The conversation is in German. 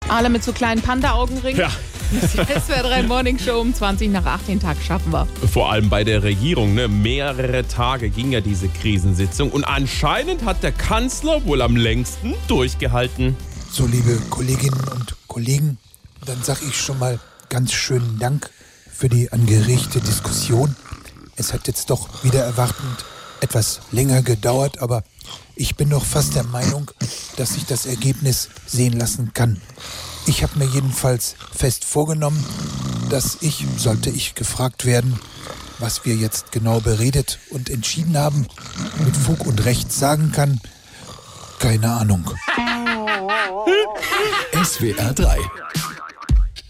Alle mit so kleinen Panda-Augenringen. Ja. Das wäre 3 Morning Show um 20 nach 8. Den Tag schaffen wir. Vor allem bei der Regierung, ne? Mehrere Tage ging ja diese Krisensitzung und anscheinend hat der Kanzler wohl am längsten durchgehalten. So, liebe Kolleginnen und Kollegen, dann sage ich schon mal ganz schönen Dank für die angeregte Diskussion. Es hat jetzt doch wieder erwartend etwas länger gedauert, aber ich bin doch fast der Meinung, dass sich das Ergebnis sehen lassen kann. Ich habe mir jedenfalls fest vorgenommen, dass ich, sollte ich gefragt werden, was wir jetzt genau beredet und entschieden haben, mit Fug und Recht sagen kann, keine Ahnung. SWR 3